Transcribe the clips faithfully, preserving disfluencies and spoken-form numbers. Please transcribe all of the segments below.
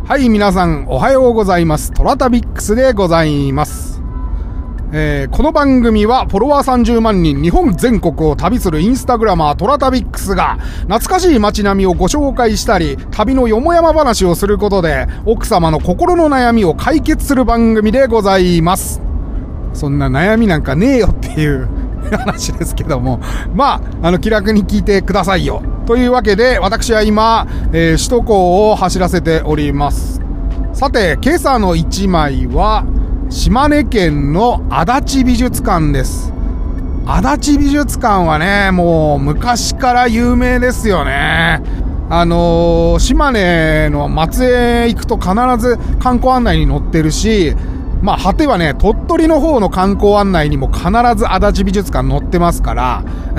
はい、皆さんおはようございます。トラタビックスでございます。えー、この番組はフォロワーさんじゅうまんにん日本全国を旅するインスタグラマートラタビックスが懐かしい街並みをご紹介したり、旅のよもやま話をすることで奥様の心の悩みを解決する番組でございます。そんな悩みなんかねえよっていう話ですけども、まあ、あの気楽に聞いてくださいよというわけで、私は今、えー、首都高を走らせております。さて、今朝の一枚は島根県の足立美術館です。足立美術館はね、もう昔から有名ですよね。あのー、島根の松江行くと必ず観光案内に載ってるし、まあ、果てはね、鳥取の方の観光案内にも必ず足立美術館載ってますから、うん。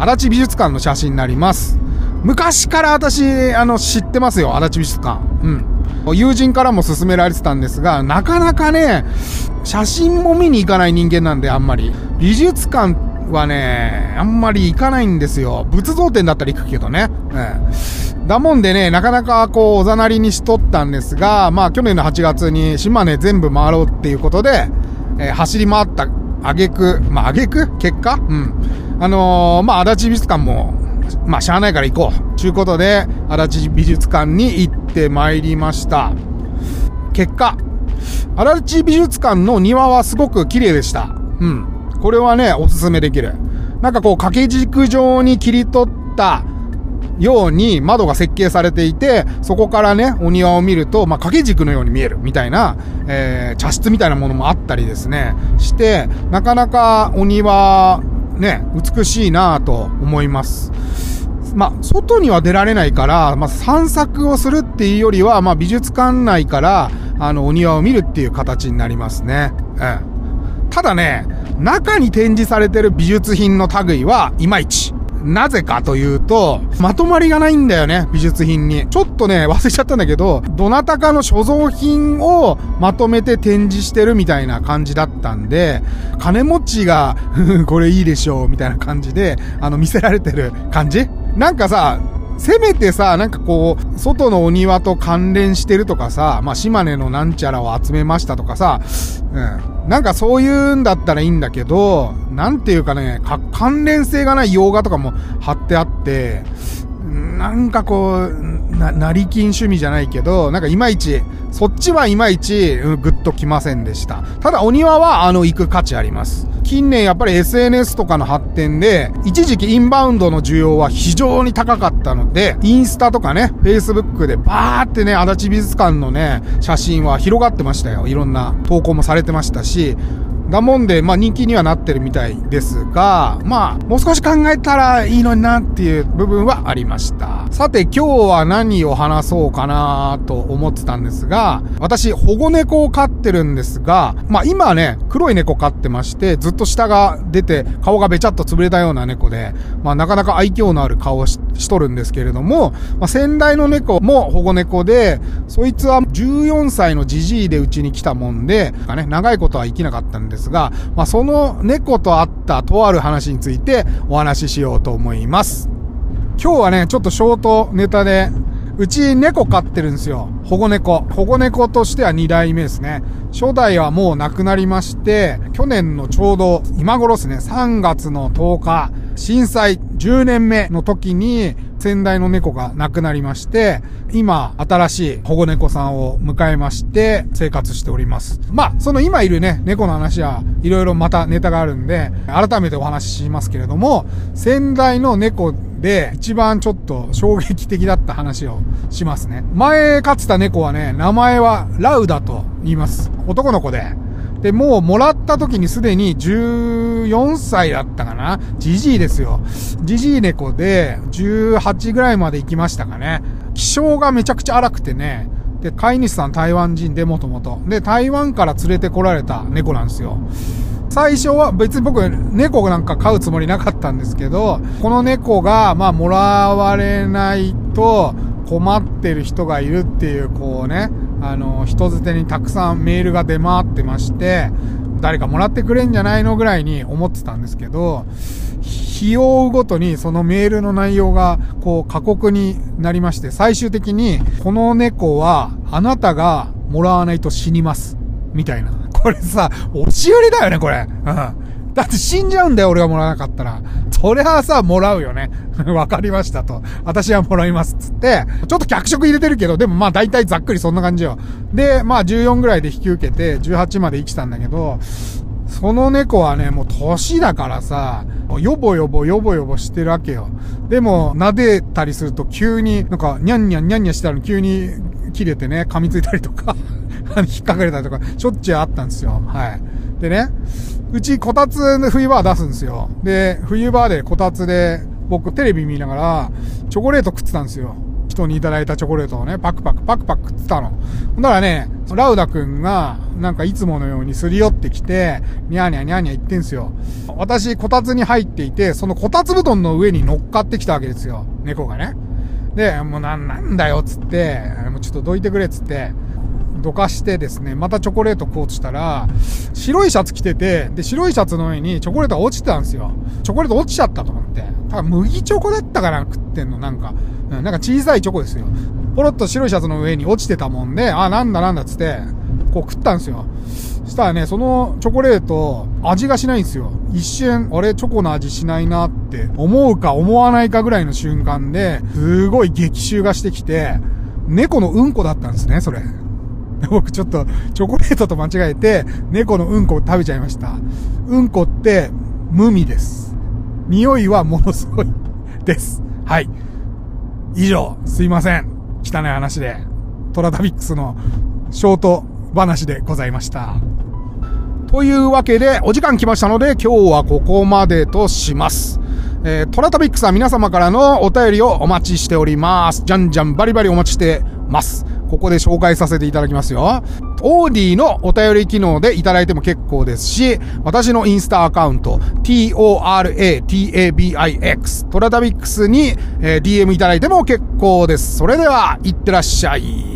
足立美術館の写真になります。昔から私、あの、知ってますよ、足立美術館。うん。友人からも勧められてたんですが、なかなかね、写真も見に行かない人間なんで、あんまり。美術館はね、あんまり行かないんですよ。仏像展だったら行くけどね。うん。だもんでね、なかなかこう、おざなりにしとったんですが、まあ、去年のはちがつに島根全部回ろうっていうことで、えー、走り回った挙句、まあ、挙句結果うん。あのー、まあ、足立美術館も、まあ、しゃあないから行こう。ちゅうことで、足立美術館に行ってまいりました。結果、足立美術館の庭はすごく綺麗でした。うん。これはね、おすすめできる。なんかこう、掛け軸状に切り取ったように窓が設計されていて、そこからね、お庭を見ると、まあ、掛け軸のように見えるみたいな、えー、茶室みたいなものもあったりですね、して、なかなかお庭、ね、美しいなぁと思います。まあ、外には出られないから、まあ、散策をするっていうよりは、まあ、美術館内から、あの、お庭を見るっていう形になりますね。うん。ただね、中に展示されてる美術品の類はいまいち。なぜかというと、まとまりがないんだよね、美術品に。ちょっとね、忘れちゃったんだけど、どなたかの所蔵品をまとめて展示してるみたいな感じだったんで、金持ちが、これいいでしょう、みたいな感じで、あの、見せられてる感じ？なんかさ、せめてさ、なんかこう、外のお庭と関連してるとかさ、まあ、島根のなんちゃらを集めましたとかさ、うん。なんかそういうんだったらいいんだけど、なんていうかね、か、関連性がない洋画とかも貼ってあって、なんかこう、な、成金趣味じゃないけど、なんかいまいち、そっちはいまいち、うん、ぐっときませんでした。ただお庭は、あの、行く価値あります。近年やっぱり エスエヌエス とかの発展で、一時期インバウンドの需要は非常に高かったので、インスタとかね、Facebook でバーってね、足立美術館のね、写真は広がってましたよ。いろんな投稿もされてましたし、だもんで、まあ人気にはなってるみたいですが、まあ、もう少し考えたらいいのになっていう部分はありました。さて今日は何を話そうかなと思ってたんですが、私、保護猫を飼ってるんですが、まあ今はね、黒い猫飼ってまして、ずっと下が出て、顔がべちゃっと潰れたような猫で、まあなかなか愛嬌のある顔を し, しとるんですけれども、まあ先代の猫も保護猫で、そいつはじゅうよんさいのジジイでうちに来たもんで、ね、長いことは生きなかったんですですが、まあ、その猫とあったとある話についてお話ししようと思います。今日はね、ちょっとショートネタで、うち猫飼ってるんですよ。保護猫。保護猫としてはにだいめですね。初代はもう亡くなりまして、去年のちょうど今頃ですね、さんがつのとおか、震災じゅうねんめの時に先代の猫が亡くなりまして、今新しい保護猫さんを迎えまして生活しております。まあ、その今いるね、猫の話はいろいろまたネタがあるんで、改めてお話ししますけれども、先代の猫で一番ちょっと衝撃的だった話をしますね。前飼ってた猫はね、名前はラウダと言います。男の子で。で、もうもらった時にすでにじゅうよんさいだったかな？ジジイですよ。ジジイ猫でじゅうはちぐらいまで行きましたかね。気性がめちゃくちゃ荒くてね。で、飼い主さん台湾人でもともと。で、台湾から連れてこられた猫なんですよ。最初は別に僕猫なんか飼うつもりなかったんですけど、この猫がまあもらわれないと困ってる人がいるっていうこうね、あの人づてにたくさんメールが出回ってまして、誰かもらってくれんじゃないのぐらいに思ってたんですけど、 日を追うごとにそのメールの内容がこう過酷になりまして、最終的にこの猫はあなたがもらわないと死にますみたいな。これさ、押し売りだよねこれ。うん。だって死んじゃうんだよ俺がもらわなかったら。そりゃさもらうよね。わかりましたと。私はもらいますっつって、ちょっと脚色入れてるけど、でもまあ大体ざっくりそんな感じよ。で、まあじゅうよんぐらいで引き受けてじゅうはちまで生きたんだけど、その猫はね、もう年だからさ、ヨボヨボヨボヨボしてるわけよ。でも、撫でたりすると急に、なんか、ニャンニャンニャンニャンしたの急に切れてね、噛みついたりとか、引っかかれたりとか、しょっちゅうあったんですよ。はい。でね、うちこたつ冬場出すんですよ。で、冬場でこたつで、僕テレビ見ながら、チョコレート食ってたんですよ。人にいただいたチョコレートをね、パクパクパクパク食ってたの。だからね、ラウダくんが、なんかいつものようにすり寄ってきて、ニャーニャーニャーニャー言ってんすよ。私、こたつに入っていて、そのこたつ布団の上に乗っかってきたわけですよ。猫がね。で、もうなん、なんだよ、つって、もうちょっとどいてくれ、つって、どかしてですね、またチョコレート食おうとしたら、白いシャツ着てて、で、白いシャツの上にチョコレートが落ちてたんですよ。チョコレート落ちちゃったと思って。多分麦チョコだったかな、食ってんの、なんか。うん、なんか小さいチョコですよ。ポロッと白いシャツの上に落ちてたもんで、あ、なんだなんだっつって、こう食ったんですよ。そしたらね、そのチョコレート、味がしないんですよ。一瞬、あれ、チョコの味しないなって思うか思わないかぐらいの瞬間で、すごい激臭がしてきて、猫のうんこだったんですね、それ。僕ちょっとチョコレートと間違えて猫のうんこを食べちゃいました。うんこって無味です。匂いはものすごいです。はい。以上、すいません。汚い話で、トラタビックスのショート話でございました。というわけで、お時間来ましたので、今日はここまでとします。えー、トラタビックスは皆様からのお便りをお待ちしております。じゃんじゃんバリバリお待ちしてます。ここで紹介させていただきますよ。オーディのお便り機能でいただいても結構ですし、私のインスタアカウント、トラタビックス、トラタビックスに、えー、ディーエム いただいても結構です。それでは、いってらっしゃい。